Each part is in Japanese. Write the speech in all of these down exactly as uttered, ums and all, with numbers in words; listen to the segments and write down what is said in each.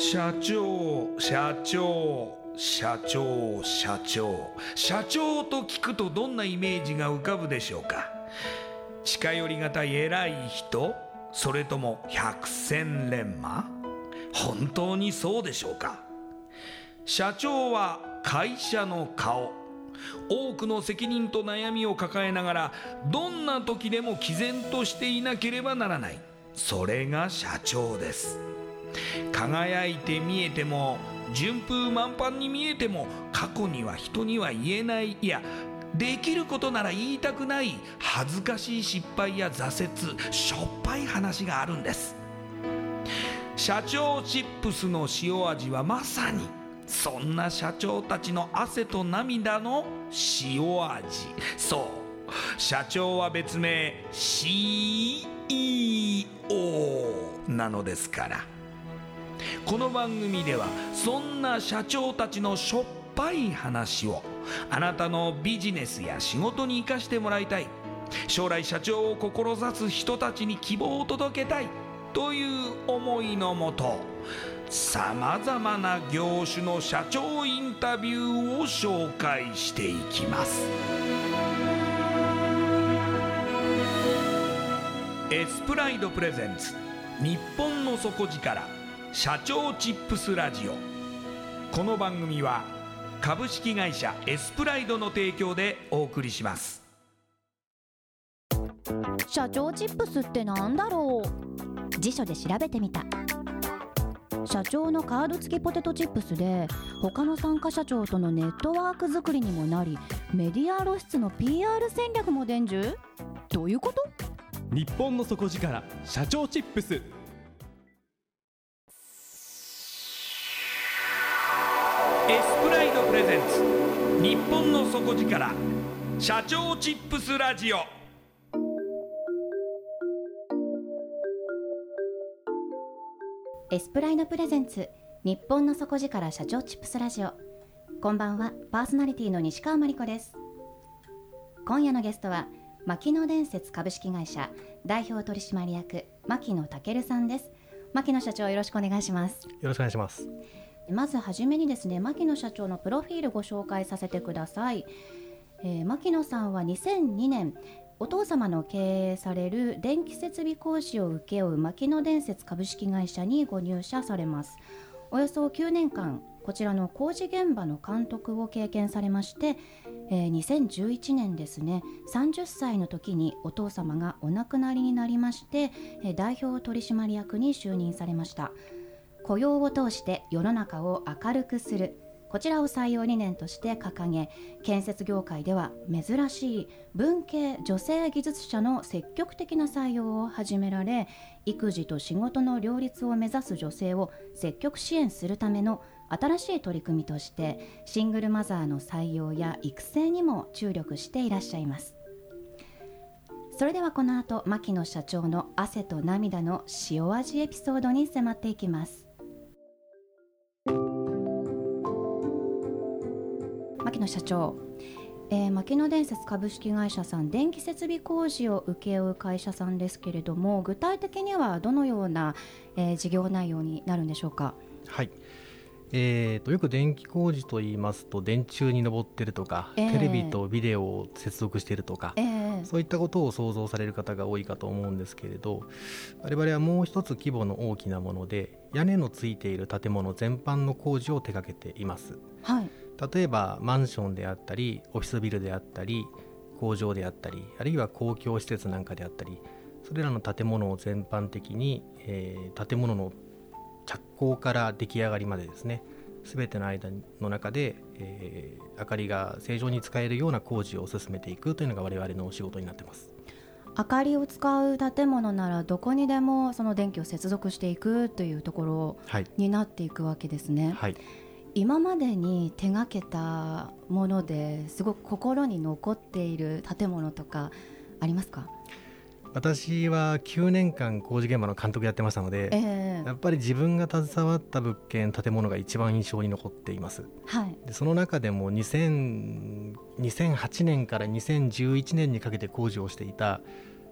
社長社長社長社長社長と聞くとどんなイメージが浮かぶでしょうか。近寄りがたい偉い人、それとも百戦錬磨。本当にそうでしょうか。社長は会社の顔。多くの責任と悩みを抱えながらどんな時でも毅然としていなければならない。それが社長です。輝いて見えても順風満帆に見えても、過去には人には言えない、いやできることなら言いたくない恥ずかしい失敗や挫折、しょっぱい話があるんです。社長チップスの塩味はまさにそんな社長たちの汗と涙の塩味。そう社長は別名 シーイーオー なのですから。この番組ではそんな社長たちのしょっぱい話をあなたのビジネスや仕事に生かしてもらいたい、将来社長を志す人たちに希望を届けたいという思いのもと、さまざまな業種の社長インタビューを紹介していきます。エスプライドプレゼンツ日本の底力社長チップスラジオ。この番組は株式会社エスプライドの提供でお送りします。 社長チップスってなんだろう。辞書で調べてみた。社長のカード付きポテトチップスで他の参加社長とのネットワーク作りにもなり、メディア露出の ピーアール 戦略も伝授。どういうこと？ 日本の底力社長チップス。 エスプライドプレゼンツ日本の底力社長チップスラジオ。 エスプライドプレゼンツ日本の底力社長チップスラジオ。こんばんは、パーソナリティの西川真理子です。今夜のゲストは牧野伝説株式会社代表取締役牧野健さんです。牧野社長、よろしくお願いします。 よろしくお願いします。 まずはじめにですね、牧野社長のプロフィールご紹介させてください。えー、牧野さんはにせんにねんお父様の経営される電気設備工事を請け負う牧野伝説株式会社にご入社されます。およそきゅうねんかんこちらの工事現場の監督を経験されまして、えー、にせんじゅういちねんですね、さんじゅっさいの時にお父様がお亡くなりになりまして、えー、代表取締役に就任されました。雇用を通して世の中を明るくする、こちらを採用理念として掲げ、建設業界では珍しい文系女性技術者の積極的な採用を始められ、育児と仕事の両立を目指す女性を積極支援するための新しい取り組みとしてシングルマザーの採用や育成にも注力していらっしゃいます。それではこの後、牧野社長の汗と涙の塩味エピソードに迫っていきます。牧野社長、えー、牧野伝説株式会社さん、電気設備工事を請け負う会社さんですけれども、具体的にはどのような、えー、事業内容になるんでしょうか。 はい、えー、とよく電気工事といいますと電柱に登っているとか、えー、テレビとビデオを接続しているとか、えー、そういったことを想像される方が多いかと思うんですけれど、我々はもう一つ規模の大きなもので、屋根のついている建物全般の工事を手掛けています。はい、例えばマンションであったりオフィスビルであったり工場であったり、あるいは公共施設なんかであったり、それらの建物を全般的に、えー、建物の着工から出来上がりまでですね、全ての間の中で、えー、明かりが正常に使えるような工事を進めていくというのが我々のお仕事になっています。 明かりを使う建物ならどこにでもその電気を接続していくというところになっていくわけですね。はい、今までに手がけたものですごく心に残っている建物とかありますか？ 私はきゅうねんかん工事現場の監督やってましたので、えー、やっぱり自分が携わった物件建物が一番印象に残っています。はい、でその中でもにせんはちねんからにせんじゅういちねんにかけて工事をしていた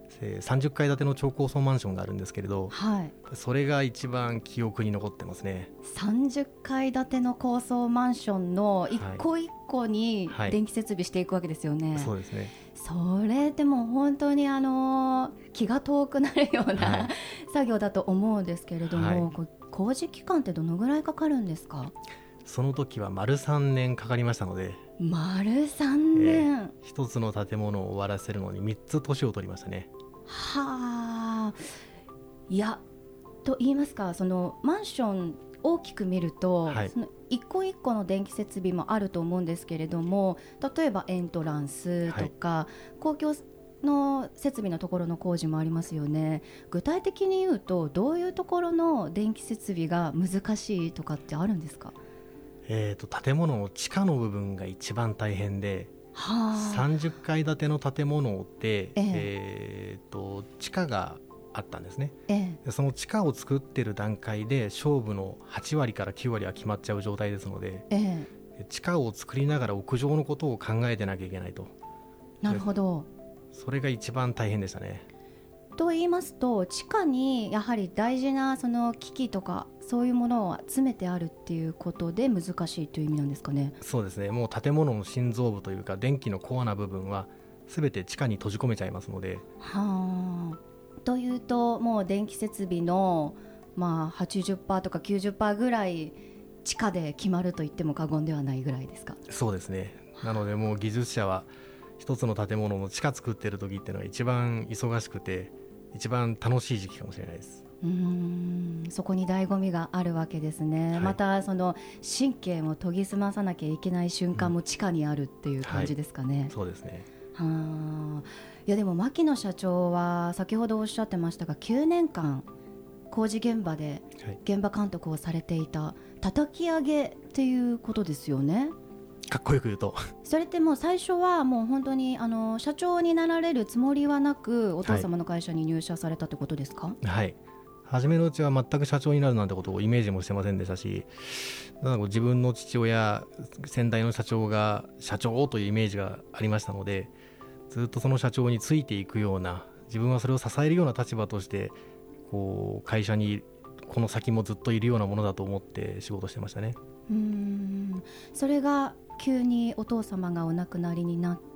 さんじゅっかい建ての超高層マンションがあるんですけれど、 はい、 それが一番記憶に残ってますね。 さんじゅっかい建ての高層マンションの一個一個に電気設備していくわけですよね、 はいはい、そうですね。 それでも本当にあの気が遠くなるような、はい、作業だと思うんですけれども、はい、工事期間ってどのぐらいかかるんですか？ その時は丸さんねんかかりましたので。 丸さんねん、えー、 一つの建物を終わらせるのにみっつ年を取りましたね。 はあ、いやと言いますか、そのマンション大きく見ると、はい、その一個一個の電気設備もあると思うんですけれども、例えばエントランスとか、はい、公共の設備のところの工事もありますよね。具体的に言うとどういうところの電気設備が難しいとかってあるんですか？ えー、と建物の地下の部分が一番大変で、はあ、さんじゅっかい建ての建物で、えええー、と地下があったんですね、ええ、その地下を作っている段階で勝負のはちわりからきゅうわりは決まっちゃう状態ですので、ええ、地下を作りながら屋上のことを考えてなきゃいけないと。 なるほど。 それが一番大変でしたね。 と言いますと、地下にやはり大事なその機器とかそういうものを集めてあるっていうことで難しいという意味なんですかね？ そうですね。もう建物の心臓部というか電気のコアな部分は全て地下に閉じ込めちゃいますので。 はあ。というともう電気設備の、まあ、はちじゅっパーセントとか きゅうじゅっパーセント ぐらい地下で決まると言っても過言ではないぐらいですか？ そうですね。なのでもう技術者は一つの建物の地下作ってる時っていうのは一番忙しくて一番楽しい時期かもしれないです。 うーん、そこに醍醐味があるわけですね、はい、またその神経も研ぎ澄まさなきゃいけない瞬間も地下にあるっていう感じですかね、うんはい、 そうですね。 は、いやでも牧野社長は先ほどおっしゃってましたがきゅうねんかん工事現場で現場監督をされていた叩き上げっていうことですよね。 かっこよく言うとそれってもう最初はもう本当にあの社長になられるつもりはなくお父様の会社に入社されたってことですか？ はい、はい、初めのうちは全く社長になるなんてことをイメージもしてませんでしたし、なんか自分の父親先代の社長が社長というイメージがありましたので、ずっとその社長についていくような、自分はそれを支えるような立場としてこう会社にこの先もずっといるようなものだと思って仕事してましたね。 うーん、それが急にお父様がお亡くなりになって、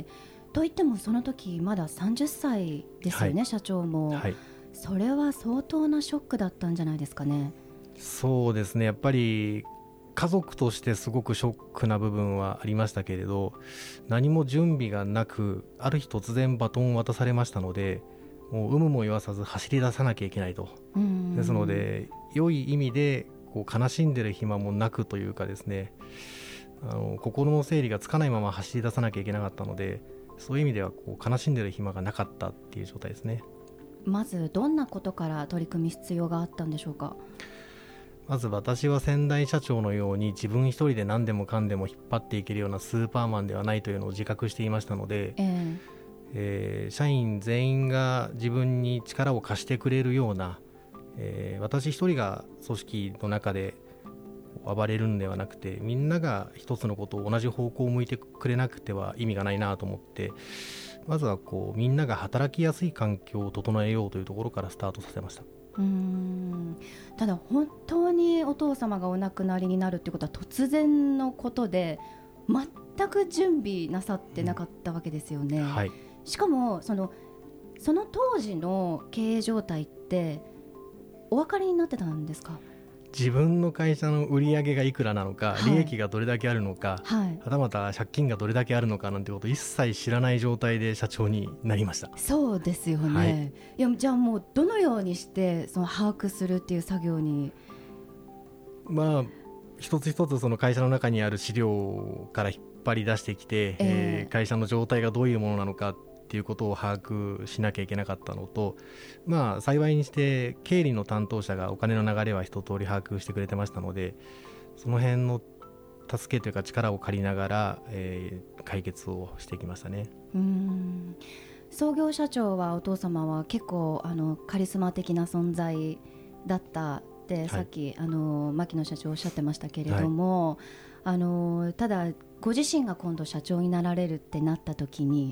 といってもその時まださんじゅっさいですよね、はい、社長も、はい、それは相当なショックだったんじゃないですかね？ そうですね。やっぱり家族としてすごくショックな部分はありましたけれど、何も準備がなくある日突然バトンを渡されましたので、もう有無も言わさず走り出さなきゃいけないと。ですので良い意味でこう悲しんでる暇もなくというかですね、あの心の整理がつかないまま走り出さなきゃいけなかったので、そういう意味ではこう悲しんでる暇がなかったっていう状態ですね。 まずどんなことから取り組む必要があったんでしょうか？ まず私は先代社長のように自分一人で何でもかんでも引っ張っていけるようなスーパーマンではないというのを自覚していましたので、えーえー、社員全員が自分に力を貸してくれるような、えー、私一人が組織の中で暴れるんではなくて、みんなが一つのことを同じ方向を向いてくれなくては意味がないなと思って、まずはこうみんなが働きやすい環境を整えようというところからスタートさせました。 うーん、ただ本当にお父様がお亡くなりになるってことは突然のことで全く準備なさってなかったわけですよね、うんはい、しかもその、その当時の経営状態ってお分かりになってたんですか？ 自分の会社の売り上げがいくらなのか、はい、利益がどれだけあるのか、はい、はたまた借金がどれだけあるのかなんてことを一切知らない状態で社長になりました。 そうですよね、はい、いやじゃあもうどのようにしてその把握するっていう作業に、 まあ一つ一つその会社の中にある資料から引っ張り出してきて、えーえー、会社の状態がどういうものなのかっていうことを把握しなきゃいけなかったのと、まあ幸いにして経理の担当者がお金の流れは一通り把握してくれてましたので、その辺の助けというか力を借りながら、えー、解決をしていきましたね。 うーん、創業社長はお父様は結構あのカリスマ的な存在だったって、はい、さっきあの牧野社長おっしゃってましたけれども、はい、あのただご自身が今度社長になられるってなった時に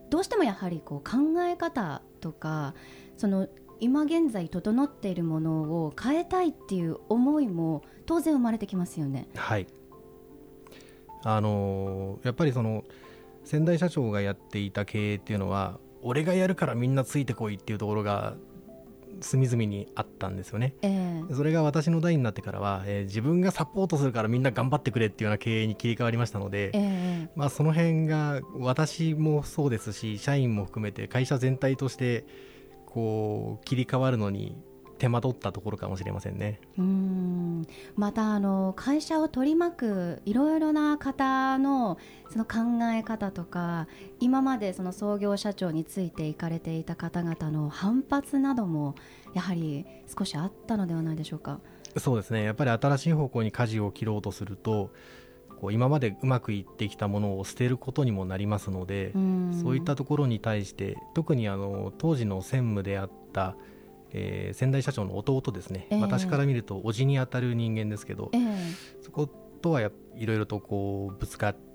どうしてもやはりこう考え方とかその今現在整っているものを変えたいっていう思いも当然生まれてきますよね。 はい、あのー、やっぱりその先代社長がやっていた経営っていうのは俺がやるからみんなついてこいっていうところが隅々にあったんですよね、えー、それが私の代になってからは、えー、自分がサポートするからみんな頑張ってくれっていうような経営に切り替わりましたので、えーまあ、その辺が私もそうですし社員も含めて会社全体としてこう切り替わるのに手間取ったところかもしれませんね。 うーん、またあの会社を取り巻くいろいろな方のその考え方とか今までその創業社長についていかれていた方々の反発などもやはり少しあったのではないでしょうか。 そうですね、やっぱり新しい方向に舵を切ろうとするとこう今までうまくいってきたものを捨てることにもなりますので、そういったところに対して特にあの当時の専務であったえー、先代社長の弟ですね、えー、私から見ると叔父にあたる人間ですけど、えー、そことはいろいろとこうぶつかって、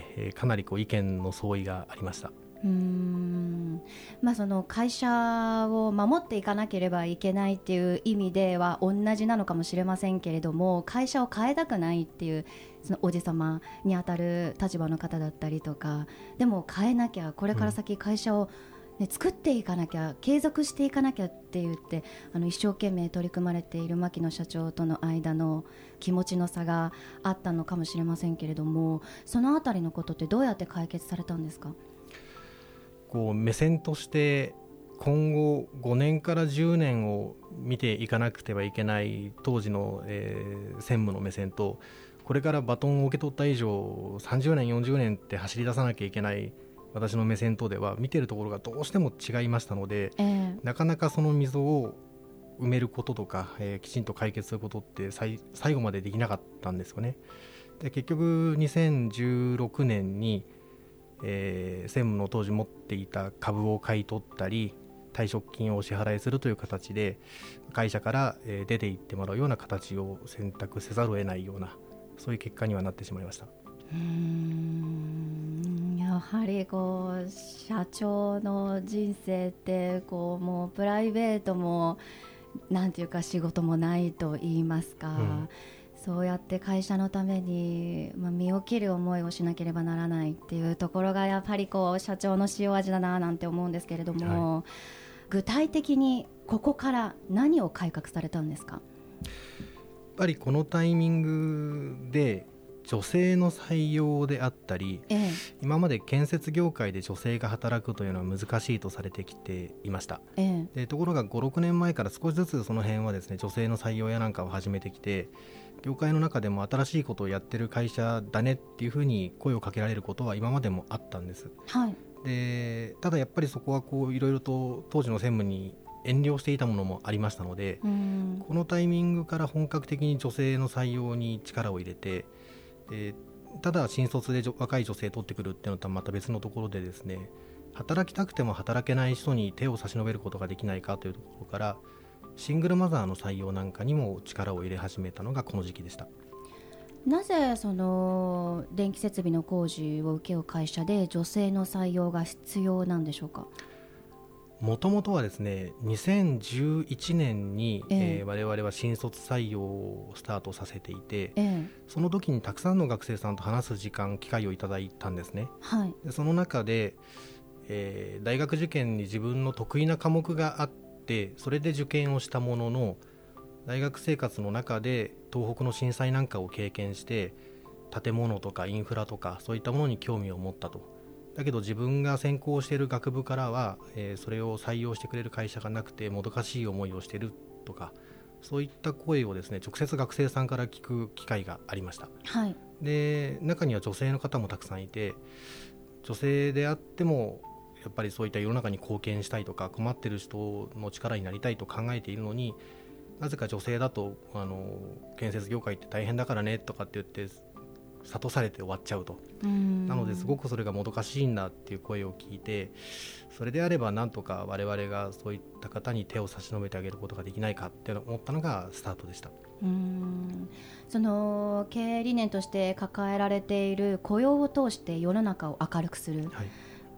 えー、かなりこう意見の相違がありました。 うーん、まあ、その会社を守っていかなければいけないっていう意味では同じなのかもしれませんけれども会社を変えたくないっていうそのおじさまにあたる立場の方だったりとかでも変えなきゃこれから先会社を、うんね、作っていかなきゃ継続していかなきゃって言ってあの一生懸命取り組まれている牧野社長との間の気持ちの差があったのかもしれませんけれどもそのあたりのことってどうやって解決されたんですか。 こう目線として今後ごねんからじゅうねんを見ていかなくてはいけない当時の、えー、専務の目線とこれからバトンを受け取った以上さんじゅうねんよんじゅうねんって走り出さなきゃいけない私の目線とでは見てるところがどうしても違いましたので、えー、なかなかその溝を埋めることとか、えー、きちんと解決することって最後までできなかったんですよね。で結局にせんじゅうろくねんに、えー、専務の当時持っていた株を買い取ったり退職金をお支払いするという形で会社から、えー、出て行ってもらうような形を選択せざるを得ないようなそういう結果にはなってしまいました。 うーん、やはりこう社長の人生ってこうもうプライベートもなんていうか仕事もないと言いますか、うん、そうやって会社のために、まあ、身を切る思いをしなければならないっていうところがやっぱりこう社長の塩味だななんて思うんですけれども、はい、具体的にここから何を改革されたんですか。 やっぱりこのタイミングで女性の採用であったり、ええ、今まで建設業界で女性が働くというのは難しいとされてきていました、ええ、でところがごろくねんまえから少しずつその辺はですね女性の採用やなんかを始めてきて業界の中でも新しいことをやってる会社だねっていうふうに声をかけられることは今までもあったんです、はい、でただやっぱりそこはこういろいろと当時の専務に遠慮していたものもありましたので、うんこのタイミングから本格的に女性の採用に力を入れてでただ新卒で若い女性取ってくるっていうのとはまた別のところでですね働きたくても働けない人に手を差し伸べることができないかというところからシングルマザーの採用なんかにも力を入れ始めたのがこの時期でした。 なぜその電気設備の工事を請け負う会社で女性の採用が必要なんでしょうか。 もともとはですねにせんじゅういちねんに、えーえー、我々は新卒採用をスタートさせていて、えー、その時にたくさんの学生さんと話す時間機会をいただいたんですね、はい、でその中で、えー、大学受験に自分の得意な科目があってそれで受験をしたものの大学生活の中で東北の震災なんかを経験して建物とかインフラとかそういったものに興味を持ったと。だけど自分が専攻している学部からは、えー、それを採用してくれる会社がなくてもどかしい思いをしているとかそういった声をですね直接学生さんから聞く機会がありました、はい、で中には女性の方もたくさんいて女性であってもやっぱりそういった世の中に貢献したいとか困っている人の力になりたいと考えているのになぜか女性だとあの建設業界って大変だからねとかって言って諭されて終わっちゃうと。なのですごくそれがもどかしいんだっていう声を聞いてそれであればなんとか我々がそういった方に手を差し伸べてあげることができないかって思ったのがスタートでした。 うーんその経営理念として抱えられている雇用を通して世の中を明るくする、はい、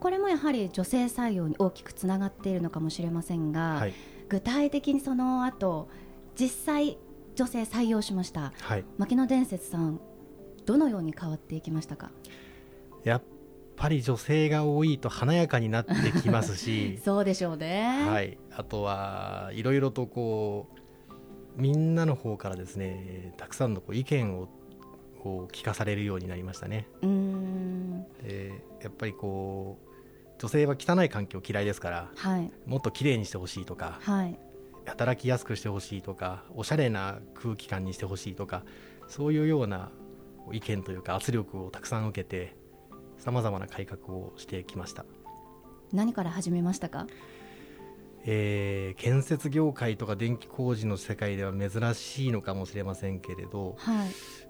これもやはり女性採用に大きくつながっているのかもしれませんが、はい、具体的にその後実際女性採用しました、はい、牧野伝説さんどのように変わっていきましたか？ やっぱり女性が多いと華やかになってきますしそうでしょうね、 はい、あとはいろいろとこうみんなの方からですねたくさんのこう意見をこう聞かされるようになりましたね。うーんでやっぱりこう女性は汚い環境嫌いですから、はい、もっと綺麗にしてほしいとか、はい、働きやすくしてほしいとかおしゃれな空気感にしてほしいとかそういうような意見というか圧力をたくさん受けてさまざまな改革をしてきました。 何から始めましたか？ えー、建設業界とか電気工事の世界では珍しいのかもしれませんけれど、はい、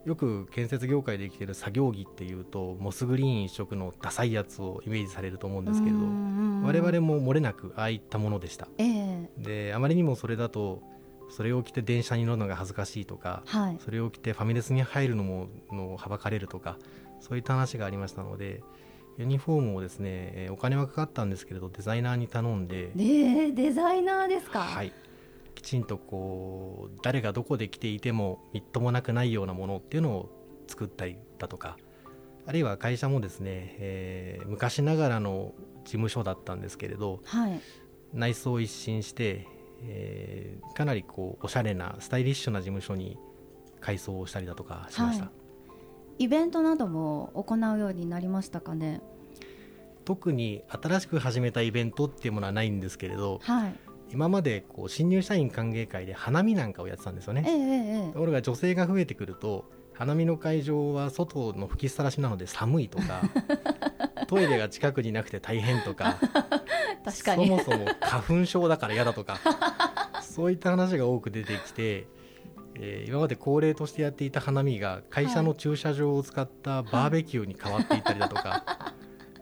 よく建設業界で生きている作業着っていうとモスグリーン一色のダサいやつをイメージされると思うんですけれど、我々も漏れなくああいったものでした、えー、であまりにもそれだとそれを着て電車に乗るのが恥ずかしいとか、はい、それを着てファミレスに入るのものはばかれるとかそういった話がありましたのでユニフォームをですねお金はかかったんですけれどデザイナーに頼んで、 でデザイナーですか？ はい、きちんとこう誰がどこで着ていてもみっともなくないようなものっていうのを作ったりだとかあるいは会社もですね、えー、昔ながらの事務所だったんですけれど、はい、内装を一新して、えー、かなりこうおしゃれなスタイリッシュな事務所に改装をしたりだとかしました、はい、 イベントなども行うようになりましたかね？ 特に新しく始めたイベントっていうものはないんですけれど、はい、今までこう新入社員歓迎会で花見なんかをやってたんですよね、えーえー、ところが女性が増えてくると花見の会場は外の吹きさらしなので寒いとかトイレが近くになくて大変とか確かにそもそも花粉症だから嫌だとかそういった話が多く出てきて、えー、今まで恒例としてやっていた花見が会社の駐車場を使ったバーベキューに変わっていったりだとか、はい、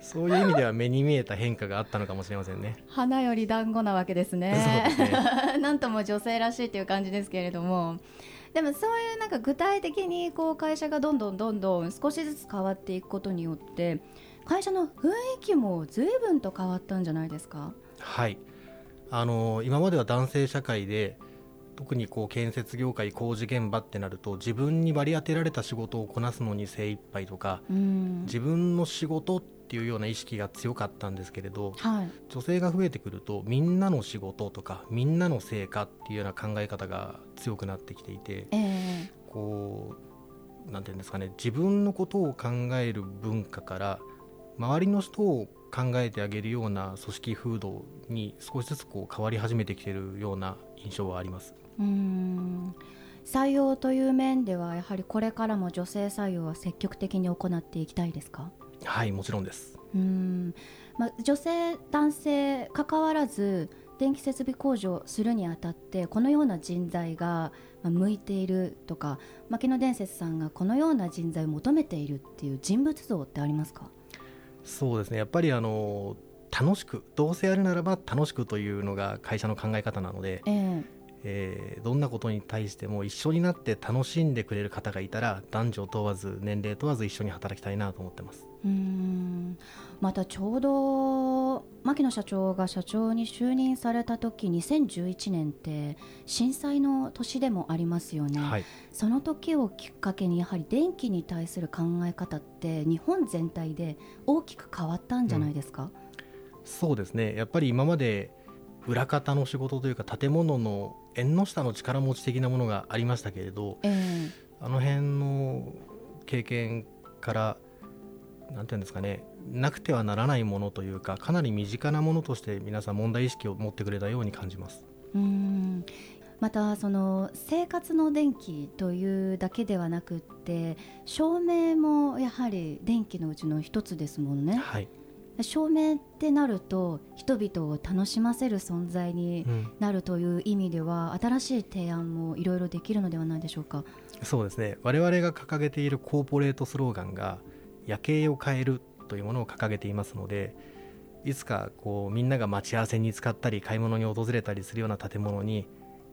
そういう意味では目に見えた変化があったのかもしれませんね。 花より団子なわけですね。 そうですねなんとも女性らしいという感じですけれども、でもそういうなんか具体的にこう会社がどんどんどんどん少しずつ変わっていくことによって会社の雰囲気も随分と変わったんじゃないですか？ はい、あの今までは男性社会で特にこう建設業界工事現場ってなると自分に割り当てられた仕事をこなすのに精一杯とか、うん、自分の仕事っていうような意識が強かったんですけれど、はい、女性が増えてくるとみんなの仕事とかみんなの成果っていうような考え方が強くなってきていて、えー、こうなんていうんですかね、自分のことを考える文化から周りの人を考えてあげるような組織風土に少しずつこう変わり始めてきているような印象はあります。 うーん、採用という面ではやはりこれからも女性採用は積極的に行っていきたいですか？ はい、もちろんです。 うーん、まあ、女性男性関わらず電気設備工事をするにあたってこのような人材が向いているとか、牧野伝説さんがこのような人材を求めているっていう人物像ってありますか？ そうですね、やっぱりあの楽しく、どうせやるならば楽しくというのが会社の考え方なので、えーえー、どんなことに対しても一緒になって楽しんでくれる方がいたら男女問わず年齢問わず一緒に働きたいなと思ってます。 うーん、またちょうど牧野社長が社長に就任された時にせんじゅういちねんって震災の年でもありますよね、はい、その時をきっかけにやはり電気に対する考え方って日本全体で大きく変わったんじゃないですか？うん、 そうですね、やっぱり今まで裏方の仕事というか建物の縁の下の力持ち的なものがありましたけれど、えー、あの辺の経験からなんていうんですかね、なくてはならないものというかかなり身近なものとして皆さん問題意識を持ってくれたように感じます。 うーん、またその生活の電気というだけではなくって照明もやはり電気のうちの一つですもんね。はい、照明ってなると人々を楽しませる存在になるという意味では、うん、新しい提案もいろいろできるのではないでしょうか？ そうですね、我々が掲げているコーポレートスローガンが夜景を変えるというものを掲げていますので、いつかこうみんなが待ち合わせに使ったり買い物に訪れたりするような建物に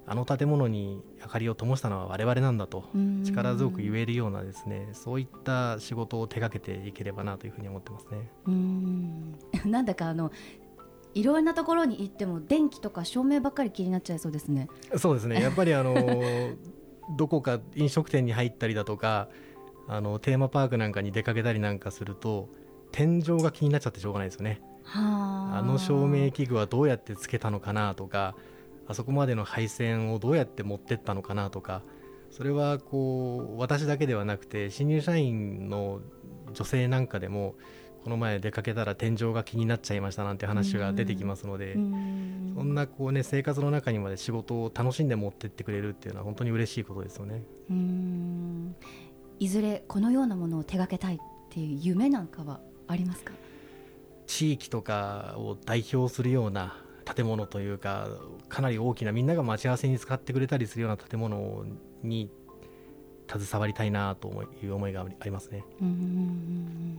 あの建物に明かりを灯したのは我々なんだと力強く言えるようなですね、そういった仕事を手掛けていければなというふうに思ってますね。 うーんなんだかあのいろんなところに行っても電気とか照明ばっかり気になっちゃいそうですね。 そうですね、やっぱりあのどこか飲食店に入ったりだとかあのテーマパークなんかに出かけたりなんかすると天井が気になっちゃってしょうがないですよね。はあの照明器具はどうやってつけたのかなとか、あそこまでの配線をどうやって持ってったのかなとか、それはこう私だけではなくて新入社員の女性なんかでもこの前出かけたら天井が気になっちゃいましたなんて話が出てきますので、そんなこう、ね、生活の中にまで仕事を楽しんで持ってってくれるっていうのは本当に嬉しいことですよね。 うーんいずれこのようなものを手掛けたいっていう夢なんかはありますか？ 地域とかを代表するような建物というか、かなり大きなみんなが待ち合わせに使ってくれたりするような建物に携わりたいなという思いがありますね。うんうんうん、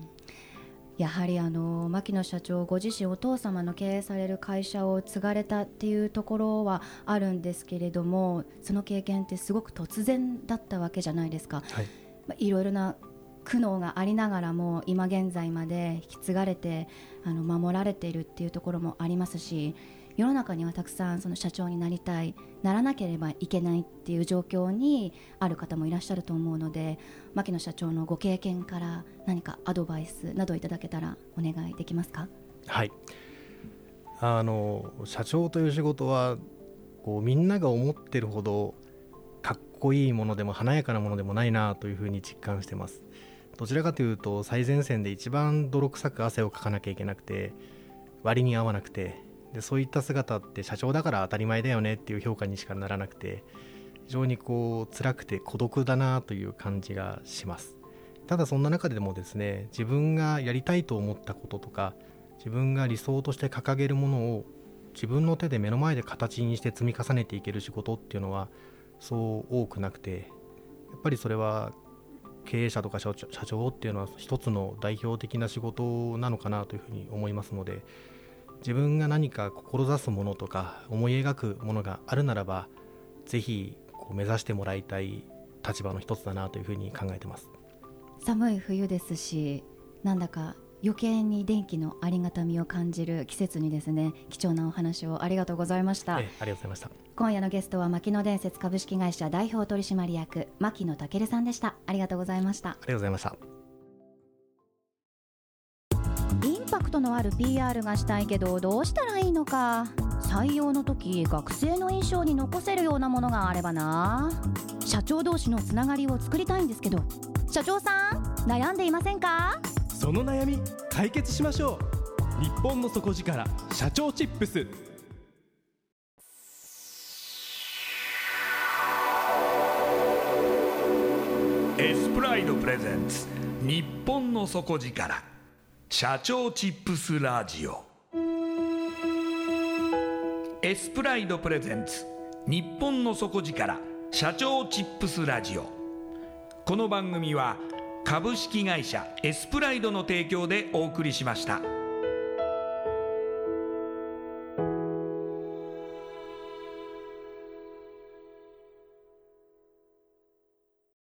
やはりあの牧野社長ご自身お父様の経営される会社を継がれたっていうところはあるんですけれども、その経験ってすごく突然だったわけじゃないですか。はい、まあ、いろいろな苦悩がありながらも今現在まで引き継がれてあの守られているっていうところもありますし、世の中にはたくさんその社長になりたいならなければいけないっていう状況にある方もいらっしゃると思うので、牧野社長のご経験から何かアドバイスなどいただけたらお願いできますか？ はい、あの社長という仕事はこうみんなが思ってるほどかっこいいものでも華やかなものでもないなというふうに実感してます。どちらかというと最前線で一番泥臭く汗をかかなきゃいけなくて割に合わなくて、でそういった姿って社長だから当たり前だよねっていう評価にしかならなくて、非常にこう辛くて孤独だなという感じがします。ただそんな中でもですね、自分がやりたいと思ったこととか自分が理想として掲げるものを自分の手で目の前で形にして積み重ねていける仕事っていうのはそう多くなくて、やっぱりそれは経営者とか社長、社長っていうのは一つの代表的な仕事なのかなというふうに思いますので、自分が何か志すものとか思い描くものがあるならばぜひこう目指してもらいたい立場の一つだなというふうに考えてます。 寒い冬ですし、なんだか余計に電気のありがたみを感じる季節にですね、貴重なお話をありがとうございました。 ええ、ありがとうございました。 今夜のゲストは牧野伝説株式会社代表取締役牧野健さんでした。ありがとうございました。 ありがとうございました。 インパクトのある ピーアール がしたいけどどうしたらいいのか。採用の時学生の印象に残せるようなものがあればな。社長同士のつながりを作りたいんですけど、社長さん悩んでいませんか？ その悩み解決しましょう。日本の底力社長チップス。 エスプライドプレゼンツ日本の底力社長チップスラジオ。エスプライドプレゼンツ日本の底力社長チップスラジオ。この番組は株式会社エスプライドの提供でお送りしました。